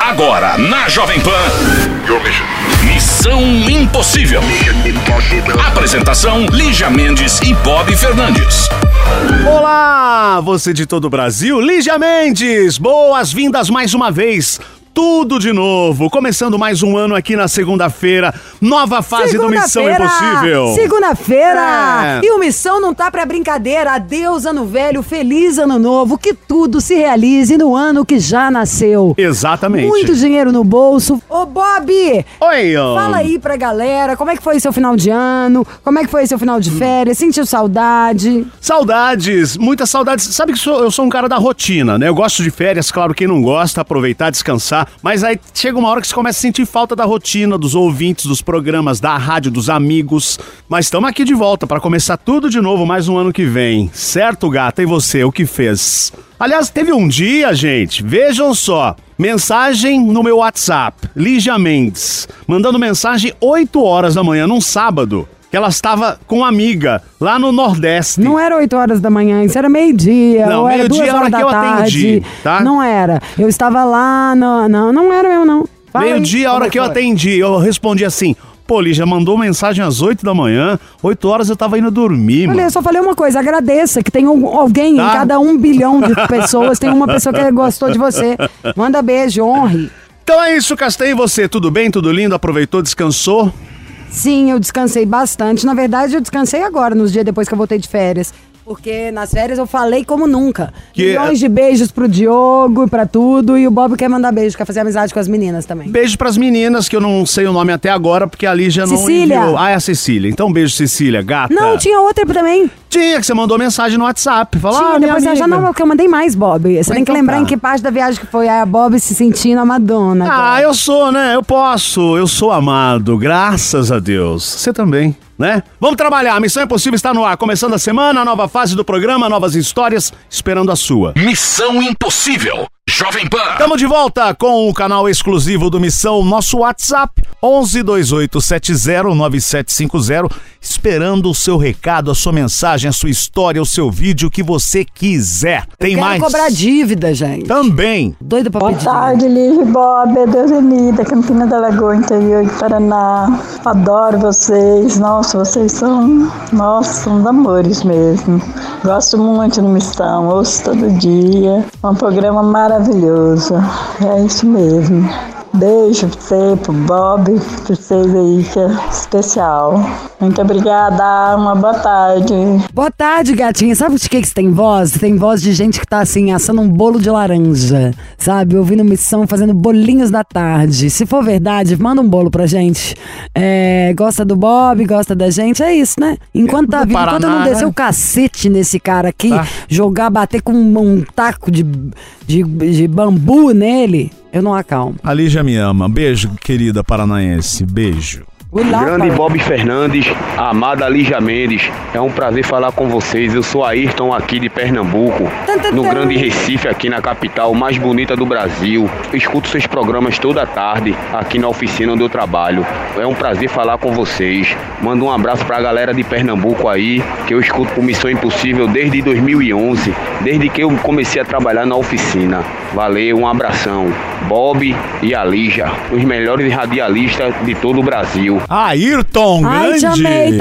Agora, na Jovem Pan, Missão Impossível. Apresentação, Lígia Mendes e Bob Fernandes. Olá, você de todo o Brasil, Lígia Mendes, boas-vindas mais uma vez. Tudo de novo, começando mais um ano aqui na segunda-feira, nova fase do Missão Impossível. Segunda-feira! E o Missão não tá pra brincadeira. Adeus ano velho, feliz ano novo, que tudo se realize no ano que já nasceu. Exatamente. Muito dinheiro no bolso. Ô Bob! Oi! Fala aí pra galera, como é que foi seu final de ano? Como é que foi seu final de férias? Sentiu saudade? Saudades, muitas saudades. Sabe que eu sou um cara da rotina, né? Eu gosto de férias, claro, quem não gosta, aproveitar, descansar. Mas aí chega uma hora que você começa a sentir falta da rotina, dos ouvintes, dos programas, da rádio, dos amigos. Mas estamos aqui de volta para começar tudo de novo mais um ano que vem. Certo, gata? E você, o que fez? Aliás, teve um dia, gente, vejam só, mensagem no meu WhatsApp, Lígia Mendes, mandando mensagem 8 horas da manhã, num sábado. Que ela estava com uma amiga lá no Nordeste. Não era 8 horas da manhã, isso era meio-dia. Não, ou era meio-dia 2 horas era da que eu tarde. atendi, tá? Não era. Eu estava lá, não era eu, não. Meio-dia, a hora que eu atendi, eu respondi assim: pô, Lígia, mandou mensagem às 8 da manhã, 8 horas eu tava indo dormir, mano. Olha, eu só falei uma coisa, agradeça que tem alguém tá? Em cada 1 bilhão de pessoas, tem uma pessoa que gostou de você. Manda beijo, honre. Então é isso, Castanho, e você? Tudo bem? Tudo lindo? Aproveitou? Descansou? Sim, eu descansei bastante. Na verdade, eu descansei agora, nos dias depois que eu voltei de férias. Porque nas férias eu falei como nunca. Milhões de beijos pro Diogo e pra tudo. E o Bob quer mandar beijo, quer fazer amizade com as meninas também. Beijo pras meninas, que eu não sei o nome até agora, porque a Lígia não enviou. Ah, é a Cecília. Então beijo, Cecília, gata. Não, tinha outra também. Tinha, que você mandou mensagem no WhatsApp. Falou, depois você já não, porque eu mandei mais, Bob. Você tem que lembrar tá. em que parte da viagem que foi. Aí a Bob se sentindo a Madonna. Ah, eu sou, né? Eu posso. Eu sou amado, graças a Deus. Você também, né? Vamos trabalhar. A Missão Impossível está no ar. Começando a semana, a nova fase do programa, novas histórias, esperando a sua. Missão Impossível. Jovem Pan. Estamos de volta com o canal exclusivo do Missão, nosso WhatsApp, 1128709750, esperando o seu recado, a sua mensagem, a sua história, o seu vídeo, o que você quiser. Tem mais? Quero cobrar dívida, gente. Também. Doida pra pedir. Boa tarde, Lígia e Bob, é Deusenida, Campina da Lagoa, interior de Paraná. Adoro vocês, nossa, vocês são uns amores mesmo. Gosto muito do Missão, ouço todo dia, é um programa maravilhoso, é isso mesmo. Beijo pra você, pro Bob, pra vocês aí, que é especial. Muito obrigada, uma boa tarde. Boa tarde, gatinha. Sabe de que você tem voz? Tem voz de gente que tá assim, assando um bolo de laranja, sabe? Ouvindo Missão, fazendo bolinhos da tarde. Se for verdade, manda um bolo pra gente. Gosta do Bob, gosta da gente, é isso, né? Enquanto tá vivo, enquanto eu não descer o cacete nesse cara aqui, bater com um taco de bambu nele, eu não acalmo. A Lígia me ama. Beijo, querida paranaense. Beijo. Grande Bob Fernandes, amada Lígia Mendes, é um prazer falar com vocês. Eu sou Ayrton aqui de Pernambuco, no Grande Recife, aqui na capital mais bonita do Brasil. Eu escuto seus programas toda tarde aqui na oficina onde eu trabalho. É um prazer falar com vocês. Mando um abraço pra galera de Pernambuco aí, que eu escuto por Missão Impossível desde 2011, desde que eu comecei a trabalhar na oficina. Valeu, um abração. Bob e a Lígia, os melhores radialistas de todo o Brasil. Ayrton, grande! Ai, te amei.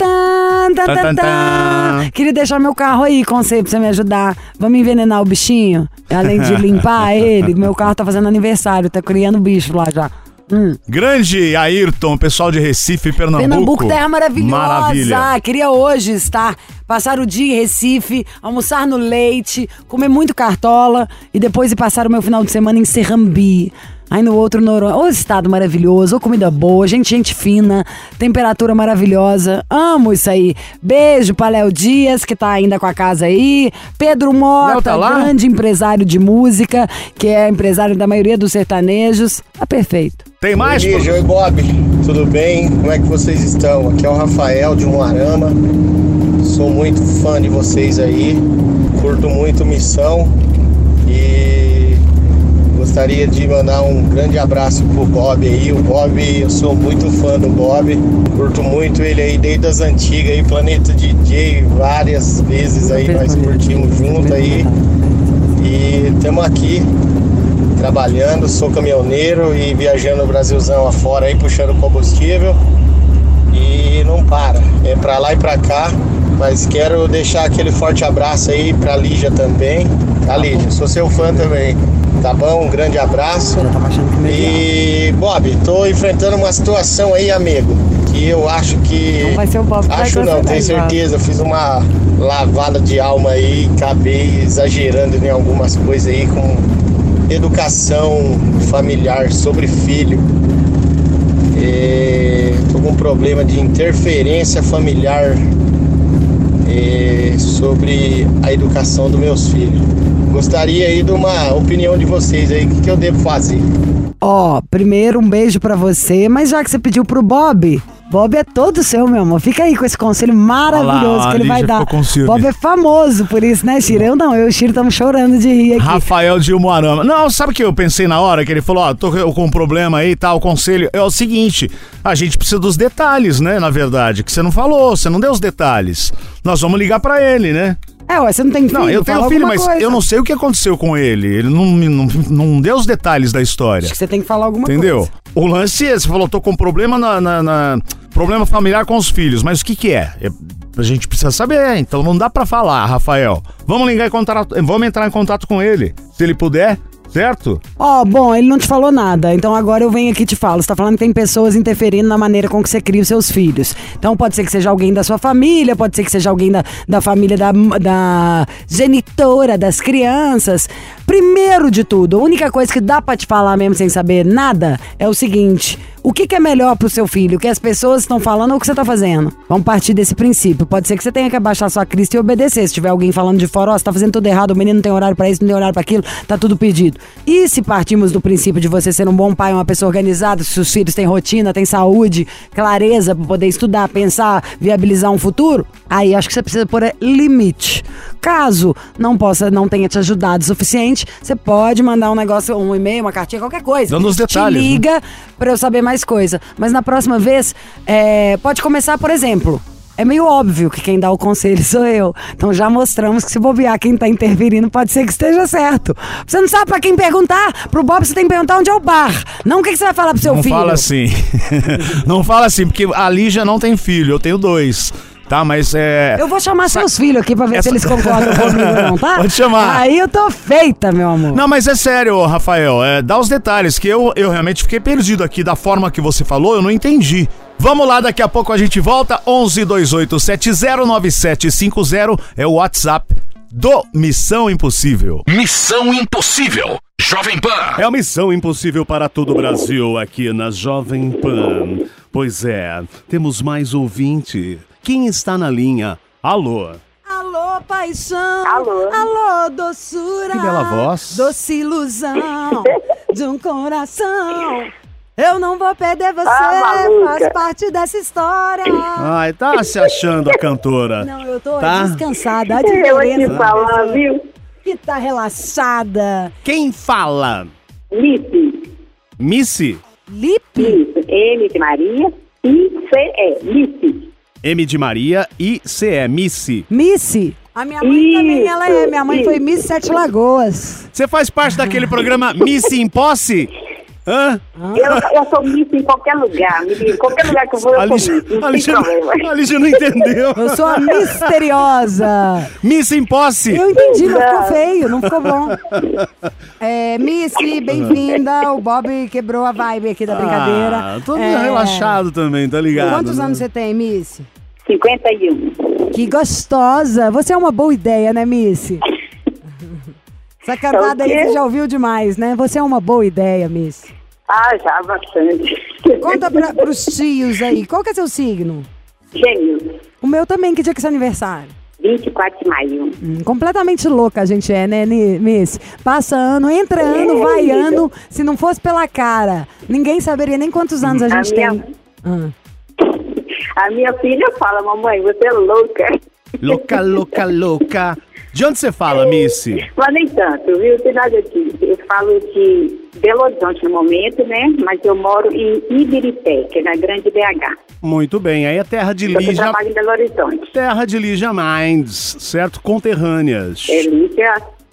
Queria deixar meu carro aí com você, pra você me ajudar. Vamos envenenar o bichinho? Além de limpar ele, meu carro tá fazendo aniversário, tá criando bicho lá já. Grande Ayrton, pessoal de Recife, Pernambuco. Pernambuco, terra maravilhosa. Maravilha. Queria hoje estar, passar o dia em Recife, almoçar no Leite, comer muito cartola e depois ir passar o meu final de semana em Serrambi. Aí no outro, ô estado maravilhoso, ô comida boa, gente fina, temperatura maravilhosa, amo isso aí. Beijo pra Léo Dias, que tá ainda com a casa aí. Pedro Mota, grande empresário de música, que é empresário da maioria dos sertanejos. Tá perfeito. Tem mais? Oi, Bob, tudo bem? Como é que vocês estão? Aqui é o Rafael de Moarama. Sou muito fã de vocês aí, curto muito Missão e gostaria de mandar um grande abraço pro Bob aí. O Bob, eu sou muito fã do Bob, curto muito ele aí desde as antigas aí, Planeta DJ, várias vezes aí nós curtimos junto aí e estamos aqui trabalhando, sou caminhoneiro e viajando o Brasilzão afora aí, puxando combustível. E não para, é pra lá e pra cá. Mas quero deixar aquele forte abraço aí pra Lígia também. Tá, Lígia? Sou seu fã também. Tá bom? Um grande abraço. E, Bob, tô enfrentando uma situação aí, amigo, que eu acho que... Não vai ser o Bob que Acho não, tenho certeza. Fiz uma lavada de alma aí, acabei exagerando em algumas coisas aí com educação familiar sobre filho. Tô com um problema de interferência familiar sobre a educação dos meus filhos. Gostaria aí de uma opinião de vocês aí, o que eu devo fazer? Primeiro um beijo pra você, mas já que você pediu pro Bob é todo seu, meu amor. Fica aí com esse conselho maravilhoso que ele vai dar. Bob é famoso por isso, né, Chiro? Eu e o Chiro estamos chorando de rir aqui. Rafael de Umuarama. Não, sabe o que eu pensei na hora? Que ele falou, tô com um problema aí e tal, o conselho é o seguinte, a gente precisa dos detalhes, né, na verdade, que você não falou, você não deu os detalhes. Nós vamos ligar pra ele, né? Você não tem filho? Não, eu tenho filho, mas eu não sei o que aconteceu com ele. Ele não deu os detalhes da história. Acho que você tem que falar alguma coisa. Entendeu? O lance é, você falou, tô com problema problema familiar com os filhos, mas o que é? A gente precisa saber, então não dá pra falar, Rafael. Vamos entrar em contato com ele, se ele puder. Certo? Bom, ele não te falou nada, então agora eu venho aqui e te falo. Você tá falando que tem pessoas interferindo na maneira com que você cria os seus filhos. Então pode ser que seja alguém da sua família, pode ser que seja alguém da família da genitora das crianças. Primeiro de tudo, a única coisa que dá pra te falar mesmo sem saber nada é o seguinte: o que é melhor pro seu filho? O que as pessoas estão falando ou o que você tá fazendo? Vamos partir desse princípio. Pode ser que você tenha que abaixar sua crista e obedecer. Se tiver alguém falando de fora, você tá fazendo tudo errado, o menino não tem horário pra isso, não tem horário pra aquilo, tá tudo perdido. E se partimos do princípio de você ser um bom pai, uma pessoa organizada, se os filhos têm rotina, têm saúde, clareza pra poder estudar, pensar, viabilizar um futuro, aí acho que você precisa pôr limite. Caso não tenha te ajudado o suficiente, você pode mandar um negócio, um e-mail, uma cartinha, qualquer coisa. Dando os detalhes. Te liga, né? Pra eu saber mais coisa. Mas na próxima vez, pode começar, por exemplo, é meio óbvio que quem dá o conselho sou eu. Então já mostramos que se bobear quem tá interferindo pode ser que esteja certo. Você não sabe pra quem perguntar? Pro Bob você tem que perguntar onde é o bar. Não o que você vai falar pro seu filho. Não fala assim. Não fala assim, porque a Lígia não tem filho, eu tenho 2. Tá, mas eu vou chamar seus filhos aqui pra ver se eles concordam comigo ou não, tá? Pode chamar. Aí eu tô feita, meu amor. Não, mas é sério, Rafael, dá os detalhes, que eu realmente fiquei perdido aqui da forma que você falou, eu não entendi. Vamos lá, daqui a pouco a gente volta. 1128709750 é o WhatsApp do Missão Impossível. Missão Impossível, Jovem Pan. É a Missão Impossível para todo o Brasil aqui na Jovem Pan. Pois é, temos mais ouvinte. Quem está na linha? Alô? Alô, paixão. Alô, doçura. Que bela voz. Doce ilusão de um coração. Eu não vou perder você, faz parte dessa história. Ai, tá se achando a cantora. Não, eu tô tá? Descansada. Eu vou te falar, viu? Que tá relaxada. Quem fala? Lipe. Missy? Lipe? Isso, M de Maria, I-C-E, Lipe. M de Maria, I-C-E, Missy. Missy? A minha mãe também, ela é. Minha mãe foi Miss Sete Lagoas. Você faz parte daquele programa Missy em Posse? Hã? Eu sou Miss em qualquer lugar. Em qualquer lugar que eu vou, eu sou Miss. Não tem problema. A Lígia não entendeu. Eu sou a misteriosa. Missy em Posse. Eu entendi, não ficou feio, não ficou bom. Missy, bem-vinda. O Bob quebrou a vibe aqui da brincadeira. Tô relaxado também, tá ligado? Quantos anos você tem, Missy? 51. Que gostosa. Você é uma boa ideia, né, Missy? Essa cantada aí você já ouviu demais, né? Você é uma boa ideia, Miss. Já, bastante. Conta pros tios aí. Qual que é seu signo? Gêmeos. O meu também. Que dia que é seu aniversário? 24 de maio. Completamente louca a gente é, né, Miss? Passa ano, entra ano, vai ano. Se não fosse pela cara, ninguém saberia nem quantos anos a gente tem. A minha filha fala, mamãe, você é louca. Louca, louca, louca. De onde você fala, Missy? Mas nem tanto, viu? Tem nada disso. Eu falo de Belo Horizonte no momento, né? Mas eu moro em Ibirité, que é na Grande BH. Muito bem, aí é terra de Lígia. Eu trabalho em Belo Horizonte. Terra de Lígia Minds, certo? Conterrâneas. Lígia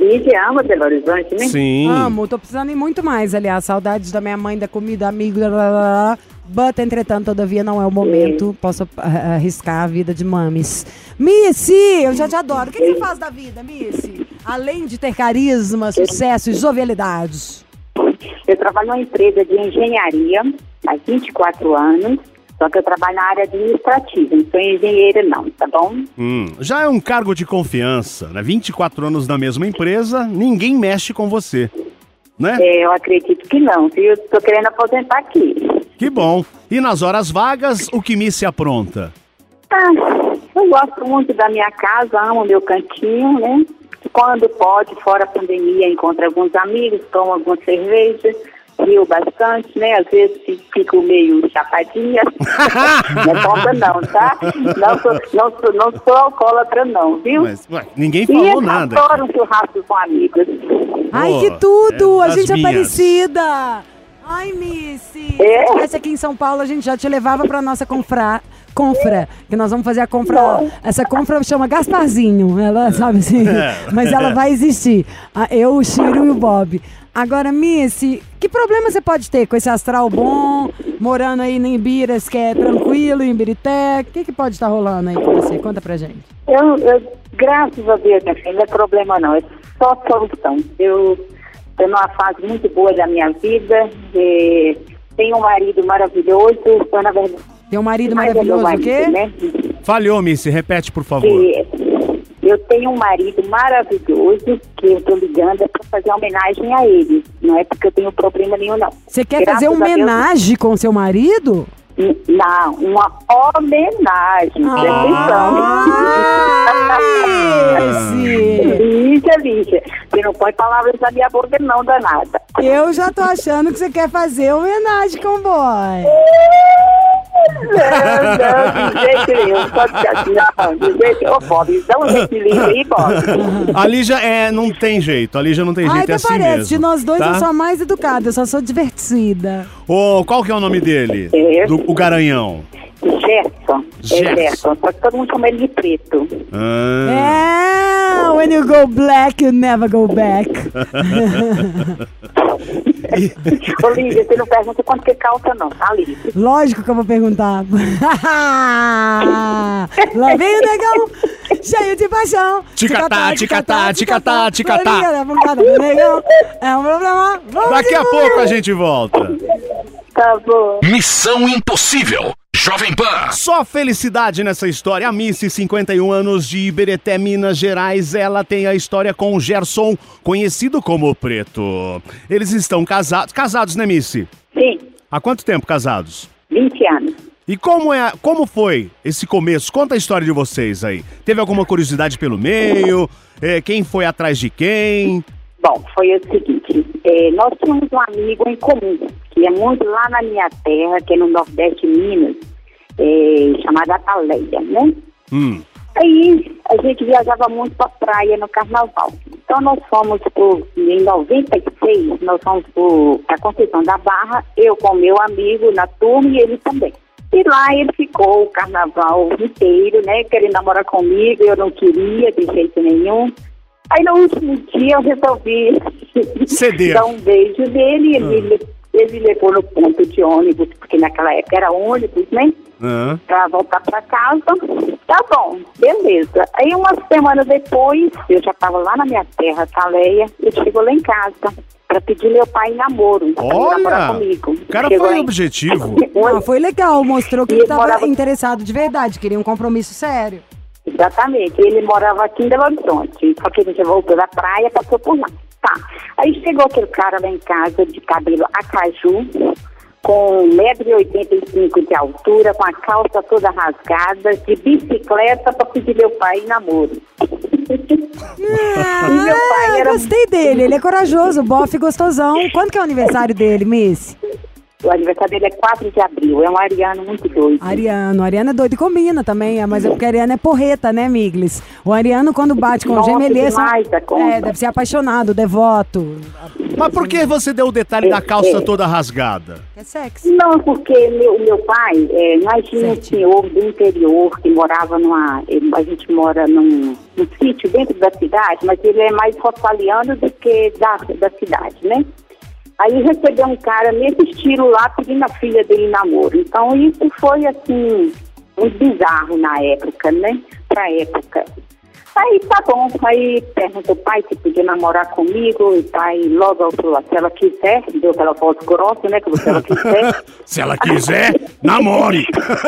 Lígia ama Belo Horizonte, né? Sim. Amo, tô precisando ir muito mais, aliás. Saudades da minha mãe, da comida, amigo, blá, blá, blá. But, entretanto, todavia não é o momento. Posso arriscar a vida de mames. Missy, eu já te adoro. O que você faz da vida, Missy? Além de ter carisma, sucesso e jovialidade. Eu trabalho numa empresa de engenharia há 24 anos, só que eu trabalho na área administrativa, não sou engenheira não, tá bom? Já é um cargo de confiança, né? 24 anos na mesma empresa, ninguém mexe com você, né? Eu acredito que não, viu? Eu tô querendo aposentar aqui. Que bom. E nas horas vagas, o que Missy apronta? Eu gosto muito da minha casa, amo meu cantinho, né? Quando pode, fora a pandemia, encontro alguns amigos, tomo alguma cerveja, rio bastante, né? Às vezes fico meio chapadinha. Não é conta não, tá? Não sou alcoólatra não, viu? Mas, ninguém falou nada. Eu adoro um churrasco com amigos. Ai, Boa. que tudo! É A gente das é minhas. parecida! Ai, Missy! Se eu estivesse aqui em São Paulo, a gente já te levava pra nossa confra, que nós vamos fazer a confra. Essa confra chama Gasparzinho, ela sabe assim, mas ela vai existir. Eu, o Chiro e o Bob. Agora, Missy, que problema você pode ter com esse astral bom, morando aí em Ibiras, que é tranquilo, em Ibirité? O que pode estar rolando aí com você? Conta pra gente. Graças a Deus, minha filha, não é problema não, é só solução. Eu estou numa fase muito boa da minha vida, tenho um marido maravilhoso, na verdade... Tem um marido maravilhoso, o quê? Né? Falhou, Missy, repete, por favor. Eu tenho um marido maravilhoso que eu tô ligando para fazer homenagem a ele. Não é porque eu tenho problema nenhum, não. Você quer fazer uma homenagem com seu marido? Não, uma homenagem. Lígia, você não põe palavras na minha boca não, danada. Eu já tô achando que você quer fazer homenagem com o boy. Não, de jeito nenhum. Pode ficar assim, não, de jeito nenhum. Ô, Bob, dá um equilíbrio aí, Bob. A Lígia não tem jeito, é Até assim parece, mesmo. de nós dois tá? eu sou a mais educada, eu só sou divertida. Qual que é o nome dele? O Garanhão. Gerson. Só que todo mundo chama ele de preto. When you go black, you never go back. Ô, Lígia, você não pergunta quanto que calça não, tá, Lígia? Lógico que eu vou perguntar. Lá vem o negão, cheio de paixão. Ticatá, ticatá, ticatá, ticatá. É um problema. Daqui a pouco a gente volta. Tá bom. Missão Impossível. Jovem Pan. Só felicidade nessa história. A Missy, 51 anos, de Iberité, Minas Gerais. Ela tem a história com o Gerson, conhecido como Preto. Eles estão casados. Casados, né, Missy? Sim. Há quanto tempo casados? 20 anos. E como foi esse começo? Conta a história de vocês aí. Teve alguma curiosidade pelo meio? Quem foi atrás de quem? Bom, foi o seguinte, nós tínhamos um amigo em comum, que é muito lá na minha terra, que é no Nordeste de Minas, chamada Ataleia, né? Aí a gente viajava muito pra praia no carnaval. Então nós fomos em 96, nós fomos pra Conceição da Barra, eu com meu amigo na turma e ele também. E lá ele ficou o carnaval inteiro, né, querendo namorar comigo, eu não queria de jeito nenhum. Aí no último dia eu resolvi dar um beijo nele, ele levou no ponto de ônibus, porque naquela época era ônibus, né? Pra voltar pra casa. Tá bom, beleza. Aí uma semana depois, eu já tava lá na minha terra, Ataleia, ele chegou lá em casa pra pedir meu pai em namoro. Pra namorar comigo. O cara Chegou foi aí. objetivo. Foi legal, mostrou que ele tava interessado de verdade, queria um compromisso sério. Exatamente, ele morava aqui em Belo Horizonte, só que a gente voltou da praia, passou por lá. Tá, aí chegou aquele cara lá em casa de cabelo acaju, com 1,85 m de altura, com a calça toda rasgada, de bicicleta para pedir meu pai em namoro. E meu pai era... Gostei dele, ele é corajoso, bofe gostosão. Quando que é o aniversário dele, Miss? O aniversário dele é 4 de abril. É um ariano muito doido. Ariano é doido e combina também, mas é porque ariano é porreta, né, Miglis? O ariano, quando bate com o gêmeo, ele deve ser apaixonado, devoto. Mas por que você deu o detalhe da calça toda rasgada? É sexy. Não, porque meu pai, nós tínhamos um senhor do interior que morava a gente mora num sítio dentro da cidade, mas ele é mais roçaliano do que da cidade, né? Aí recebeu um cara nesse estilo lá pedindo a filha dele em namoro. Então isso foi assim, muito bizarro na época, né? Pra época. Aí tá bom, aí perguntou o pai se podia namorar comigo, e o pai logo falou, se ela quiser, deu aquela voz grossa, né? Se ela quiser. Se ela quiser, namore!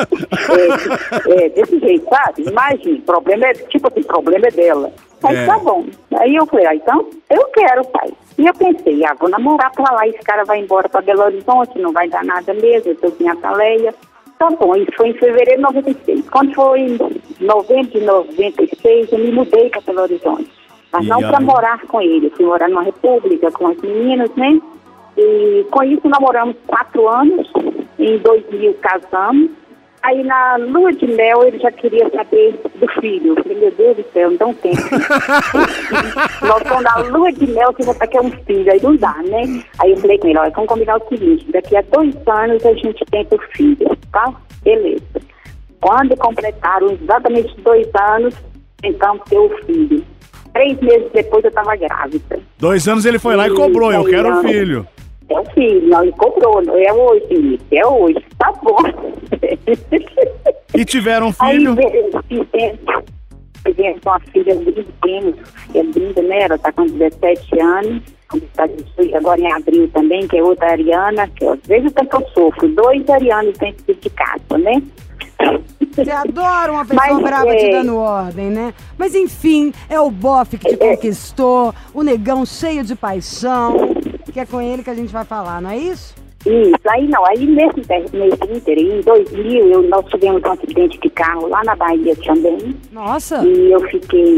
Desse jeito, sabe? Imagina, problema é dela. Aí tá bom. Aí eu falei, então, eu quero, pai. E eu pensei, vou namorar pra lá, esse cara vai embora pra Belo Horizonte, não vai dar nada mesmo, eu tô aqui em Ataleia. Tá bom, isso foi em fevereiro de 96. Quando foi em novembro de 96, eu me mudei para Belo Horizonte. Mas não para morar com ele. Eu fui morar numa república com as meninas, né? E com isso namoramos 4 anos. Em 2000 casamos. Aí na lua de mel ele já queria saber do filho. Eu falei, meu Deus do céu, não dá um tempo. Nós estamos na lua de mel, que você quer um filho, aí não dá, né? Aí eu falei com ele, olha, vamos combinar o seguinte, daqui a 2 anos a gente tenta o filho, tá? Beleza. Quando completaram exatamente 2 anos, então ter o filho. 3 meses depois eu estava grávida. 2 anos ele foi lá e cobrou, eu quero o filho. É o filho, não, ele cobrou, não é hoje, Felipe, é hoje, tá bom. E tiveram um filho? Aí fizemos uma filha linda, né? Ela tá com 17 anos, agora em abril também, que é outra Ariana, que às vezes até que eu sofro, 2 Arianos dentro de casa, né? Você adora uma pessoa brava te dando ordem, né? Mas enfim, é o bofe que te conquistou, o negão cheio de paixão, que é com ele que a gente vai falar, não é isso? Isso, aí não, aí nesse ínterim, em 2000, nós tivemos um acidente de carro lá na Bahia também. Nossa! E eu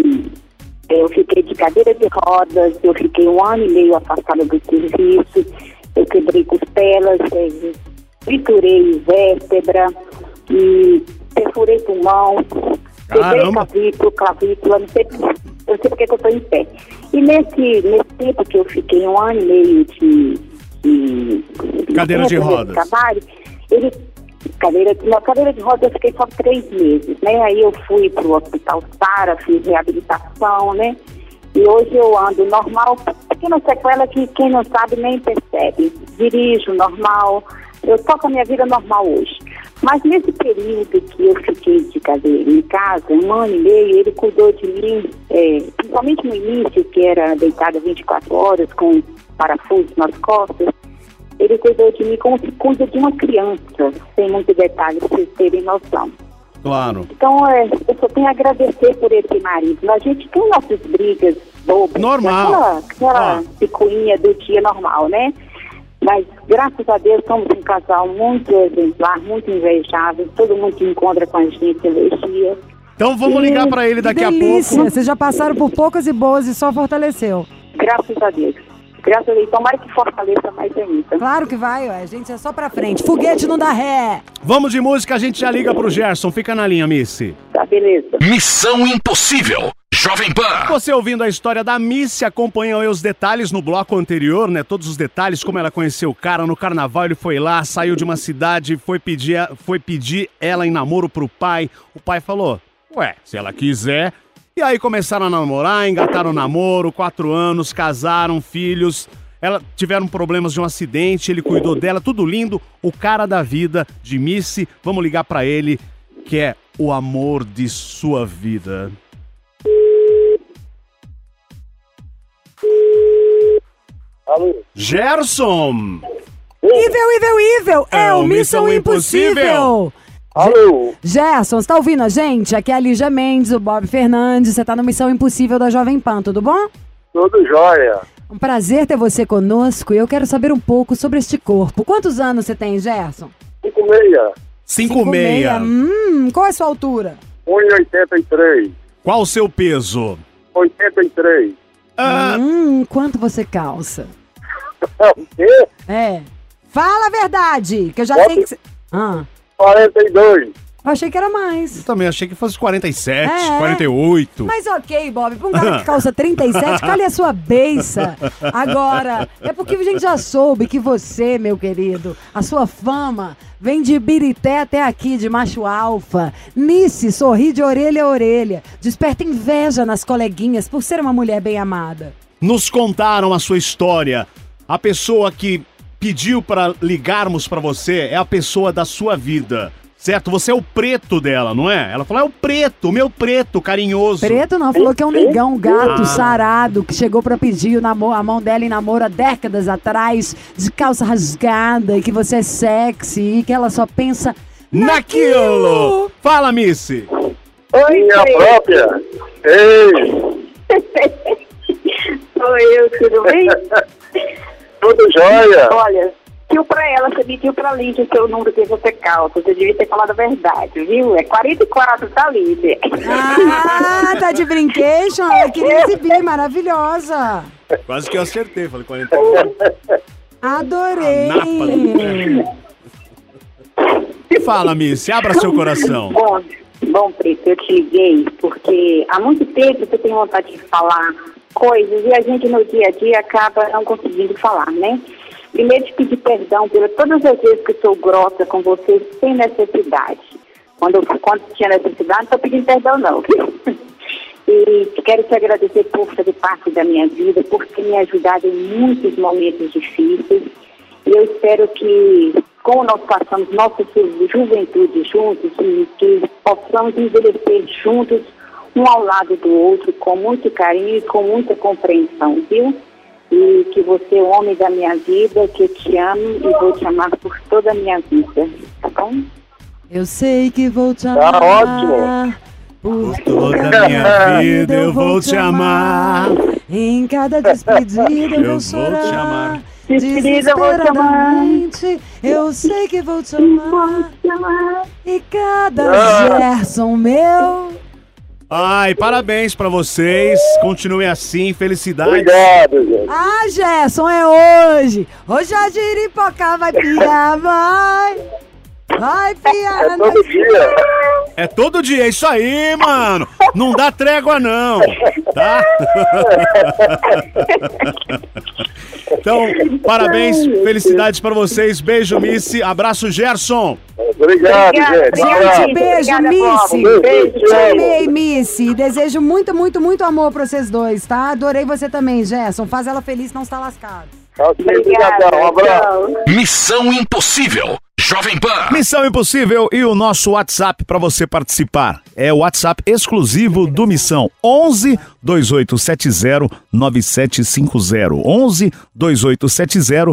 fiquei de cadeira de rodas, eu fiquei 1 ano e meio afastada do serviço, eu quebrei costelas, triturei vértebra e perfurei pulmão, quebrei clavícula, não sei porque que eu estou em pé. E nesse tempo que eu fiquei 1 ano e meio de cadeira de rodas. Trabalho, cadeira de rodas eu fiquei só 3 meses, né? Aí eu fui pro Hospital Sara, fiz reabilitação, né? E hoje eu ando normal, pequena sequela que quem não sabe nem percebe. Dirijo normal, eu toco a minha vida normal hoje. Mas nesse período que eu fiquei de cadeira em casa, 1 ano e meio, ele cuidou de mim, principalmente no início, que era deitada 24 horas com parafusos nas costas, ele cuidou de mim como se cuida de uma criança, sem muitos detalhes, para vocês terem noção. Claro. Então, eu só tenho a agradecer por esse marido. A gente tem nossas brigas bobas. Normal. Aquela picuinha do dia normal, né? Mas, graças a Deus, somos um casal muito exemplar, muito invejável. Todo mundo que encontra com a gente elogia. Então vamos ligar pra ele daqui a pouco. Vocês já passaram por poucas e boas e só fortaleceu. Graças a Deus. Graças a Deus. Tomara que fortaleça mais ainda. Claro que vai, ué. Gente, é só pra frente. Foguete não dá ré. Vamos de música, a gente já liga pro Gerson. Fica na linha, Missy. Tá, beleza. Missão Impossível. Jovem Pan. Você ouvindo a história da Missy, acompanhou aí os detalhes no bloco anterior, né? Todos os detalhes, como ela conheceu o cara no carnaval, ele foi lá, saiu de uma cidade, foi pedir ela em namoro pro pai. O pai falou, se ela quiser. E aí começaram a namorar, engataram o namoro, 4 anos, casaram, filhos. Tiveram problemas de um acidente, ele cuidou dela, tudo lindo. O cara da vida de Missy, vamos ligar pra ele, que é o amor de sua vida. Alô? Gerson! Ivel! É o Missão Impossível! Alô? Gerson, você tá ouvindo a gente? Aqui é a Lígia Mendes, o Bob Fernandes, você tá no Missão Impossível da Jovem Pan, tudo bom? Tudo jóia. Um prazer ter você conosco e eu quero saber um pouco sobre este corpo. Quantos anos você tem, Gerson? 5'6". 5'6". Qual é a sua altura? 1,83. Qual o seu peso? 83. Quanto você calça? O quê? Fala a verdade, que eu já sei que... 42. Eu achei que era mais. Eu também achei que fosse 47, 48. Mas ok, Bob, pra um cara que calça 37, cale a sua beiça. Agora, é porque a gente já soube que você, meu querido, a sua fama vem de Birité até aqui, de macho alfa. Nice sorri de orelha a orelha. Desperta inveja nas coleguinhas por ser uma mulher bem amada. Nos contaram a sua história. A pessoa que pediu pra ligarmos pra você é a pessoa da sua vida. Certo? Você é o preto dela, não é? Ela falou, é o preto, o meu preto, carinhoso. Preto não, falou que é um negão, um gato sarado, que chegou pra pedir a mão dela em namoro há décadas atrás, de calça rasgada, e que você é sexy, e que ela só pensa naquilo. Fala, Missy. Oi, minha própria. Ei. Sou eu, tudo bem? Tudo jóia. Olha, pediu pra ela, você pediu pra Lídia o seu número que você calça. Você devia ter falado a verdade, viu? É 44, tá, Lídia? Ah, tá de brincation? Ela queria exibir, maravilhosa. Quase que eu acertei, falei 44. Adorei. Fala, Missy, abra seu coração. Bom, Preto, eu te liguei porque há muito tempo você tem vontade de falar coisas e a gente no dia a dia acaba não conseguindo falar, né? Primeiro te pedir perdão por todas as vezes que eu sou grossa com você sem necessidade. Quando tinha necessidade, não estou pedindo perdão não, viu? E quero te agradecer por fazer parte da minha vida, por ter me ajudado em muitos momentos difíceis. E eu espero que, como nós passamos nossa juventude juntos, que possamos envelhecer juntos, um ao lado do outro, com muito carinho e com muita compreensão, viu? E que você é o homem da minha vida, que eu te amo e vou te amar por toda a minha vida, tá bom? Eu sei que vou te amar. Tá ótimo. Por Toda a minha vida eu vou te amar. Em cada despedida eu vou chorar. te amar. Despedida eu vou te amar. Desesperadamente, eu sei que vou te amar. E cada Gerson meu. Ai, parabéns pra vocês. Continuem assim, felicidades. Obrigado, gente. Ah, Gerson, é hoje. Hoje a giripoca vai piar, vai. Vai piar. É todo dia. É todo dia, é isso aí, mano. Não dá trégua, não. Tá? Então, parabéns, felicidades pra vocês. Beijo, Missy. Abraço, Gerson. Obrigado, gente. Gente, beijo, Obrigada, Missy. Bob. Beijo. Te amei, Missy. Desejo muito, muito, muito amor pra vocês dois, tá? Adorei você também, Gerson. Faz ela feliz, não está lascado. Obrigado. Um abraço. Missão Impossível. Jovem Pan. Missão Impossível e o nosso WhatsApp para você participar. É o WhatsApp exclusivo do Missão. 11 2870 9750. 11 2870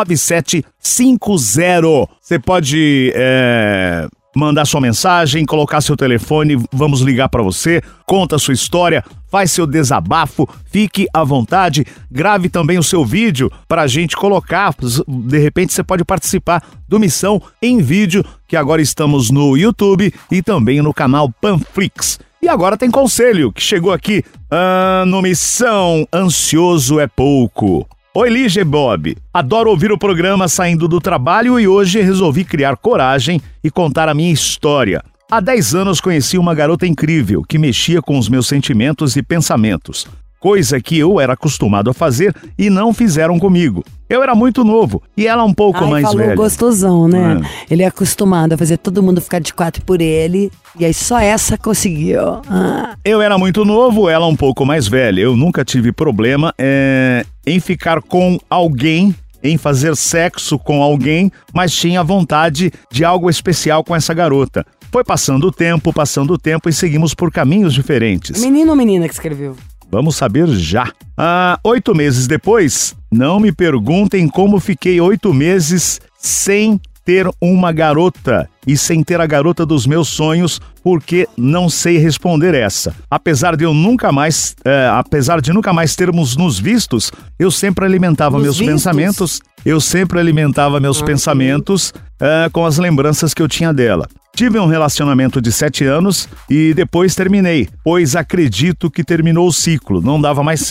9750. Você pode mandar sua mensagem, colocar seu telefone, vamos ligar para você, conta a sua história, faz seu desabafo, fique à vontade, grave também o seu vídeo pra gente colocar, de repente você pode participar do Missão em vídeo, que agora estamos no YouTube e também no canal Panflix. E agora tem conselho, que chegou aqui no Missão Ansioso é Pouco. Oi, Lígia e Bob. Adoro ouvir o programa saindo do trabalho e hoje resolvi criar coragem e contar a minha história. Há 10 anos conheci uma garota incrível que mexia com os meus sentimentos e pensamentos, coisa que eu era acostumado a fazer e não fizeram comigo. Eu era muito novo e ela um pouco mais falou velha. Gostosão, né? Ele é acostumado a fazer todo mundo ficar de 4 por ele e aí só essa conseguiu. Eu era muito novo, ela um pouco mais velha. Eu nunca tive problema em ficar com alguém, em fazer sexo com alguém, mas tinha vontade de algo especial com essa garota. Foi passando o tempo e seguimos por caminhos diferentes. Menino ou menina que escreveu? Vamos saber já. 8 meses depois, não me perguntem como fiquei 8 meses sem ter uma garota e sem ter a garota dos meus sonhos, porque não sei responder essa. Apesar de nunca mais termos nos vistos, eu sempre alimentava meus pensamentos. Eu sempre alimentava meus pensamentos com as lembranças que eu tinha dela. Tive um relacionamento de 7 anos e depois terminei, pois acredito que terminou o ciclo, não dava mais certo.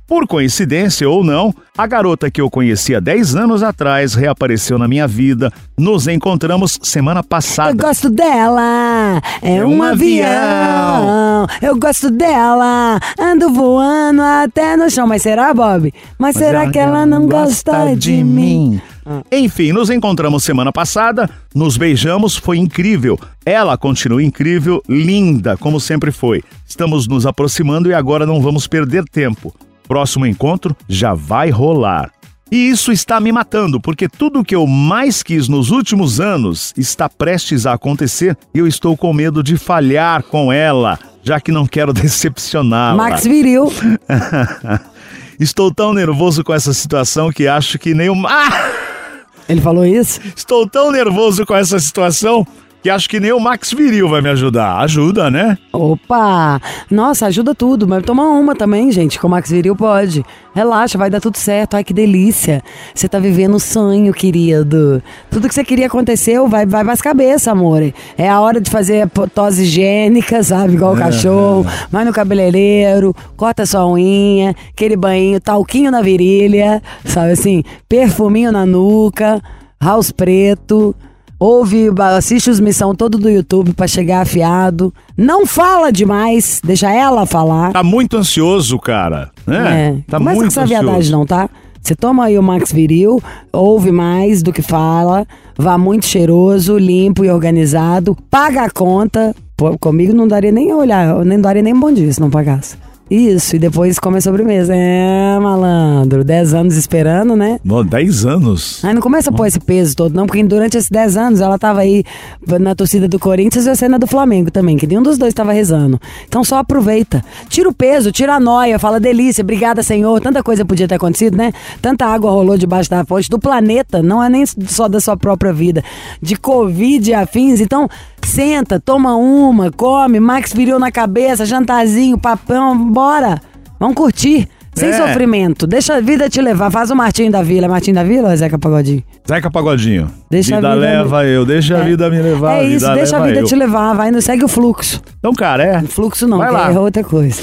Por coincidência ou não, a garota que eu conheci há 10 anos atrás reapareceu na minha vida. Nos encontramos semana passada. Eu gosto dela, é um avião. Eu gosto dela, ando voando até no chão. Mas será, Bob? Mas será que ela não gosta de mim? Enfim, nos encontramos semana passada, nos beijamos, foi incrível. Ela continua incrível, linda, como sempre foi. Estamos nos aproximando e agora não vamos perder tempo. Próximo encontro já vai rolar. E isso está me matando, porque tudo o que eu mais quis nos últimos anos está prestes a acontecer e eu estou com medo de falhar com ela, já que não quero decepcioná-la. Max Viril. Estou tão nervoso com essa situação que acho que nem o... Ele falou isso? Estou tão nervoso com essa situação que acho que nem o Max Viril vai me ajudar. Ajuda, né? Opa! Nossa, ajuda tudo. Mas toma uma também, gente, com o Max Viril pode. Relaxa, vai dar tudo certo. Ai, que delícia. Você tá vivendo um sonho, querido. Tudo que você queria aconteceu, vai pras cabeças, amor. É a hora de fazer tosse higiênica, sabe? Igual o cachorro. Vai no cabeleireiro, corta sua unha, aquele banho, talquinho na virilha, sabe assim? Perfuminho na nuca, house preto. Assiste os missão todo do YouTube pra chegar afiado. Não fala demais, deixa ela falar. Tá muito ansioso, cara. Tá começa muito com essa ansioso. viadagem não, tá? Você toma aí o Max Viril, ouve mais do que fala, vá muito cheiroso, limpo e organizado, paga a conta. Pô, comigo não daria nem olhar, nem daria nem bom dia se não pagasse. Isso, e depois come a sobremesa. É, malandro, 10 anos esperando, né? 10 anos? Aí não começa a pôr esse peso todo, não, porque durante esses 10 anos ela tava aí na torcida do Corinthians e a cena do Flamengo também, que nenhum dos dois tava rezando. Então só aproveita. Tira o peso, tira a noia, fala delícia, obrigada, Senhor. Tanta coisa podia ter acontecido, né? Tanta água rolou debaixo da fonte do planeta, não é nem só da sua própria vida, de Covid e afins. Então, senta, toma uma, come, Max Viril na cabeça, jantarzinho, papão, bora. Vamos curtir. Sem sofrimento. Deixa a vida te levar. Faz o Martinho da Vila. É Martinho da Vila ou é Zeca Pagodinho? Zeca Pagodinho. Deixa vida a vida leva eu, deixa a vida me levar. É isso, deixa a vida te levar. Vai, não segue o fluxo. Então, cara, Fluxo não, vai lá. É outra coisa.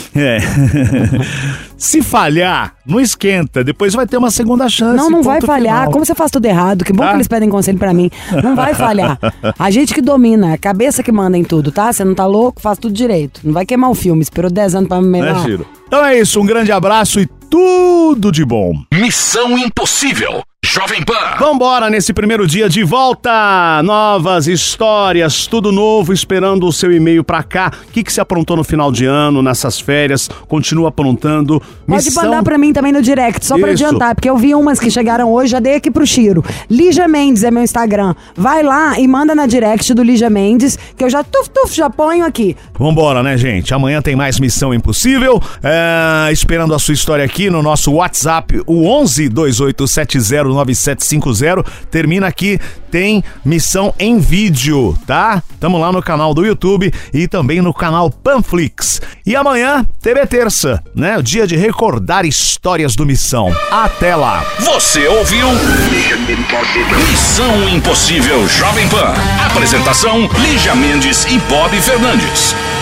Se falhar, não esquenta. Depois vai ter uma segunda chance. Não vai falhar. Final. Como você faz tudo errado? Que bom que eles pedem conselho pra mim. Não vai falhar. A gente que domina, a cabeça que manda em tudo, tá? Você não tá louco? Faz tudo direito. Não vai queimar o filme. Esperou 10 anos pra me melhorar. Ciro? Então é isso. Um grande abraço e tudo de bom. Missão Impossível. Jovem Pan. Vambora nesse primeiro dia de volta. Novas histórias, tudo novo, esperando o seu e-mail pra cá. O que você aprontou no final de ano, nessas férias? Continua aprontando. Pode mandar pra mim também no direct, só pra adiantar, porque eu vi umas que chegaram hoje, já dei aqui pro Chiro. Lígia Mendes é meu Instagram. Vai lá e manda na direct do Lígia Mendes, que eu já já ponho aqui. Vambora, né, gente? Amanhã tem mais Missão Impossível. Esperando a sua história aqui no nosso WhatsApp, o 11-2870-9750. Termina aqui, tem missão em vídeo, tá? Tamo lá no canal do YouTube e também no canal Panflix. E amanhã, TV Terça, né? O dia de recordar histórias do Missão. Até lá! Você ouviu? Missão Impossível Jovem Pan. Apresentação: Lígia Mendes e Bob Fernandes.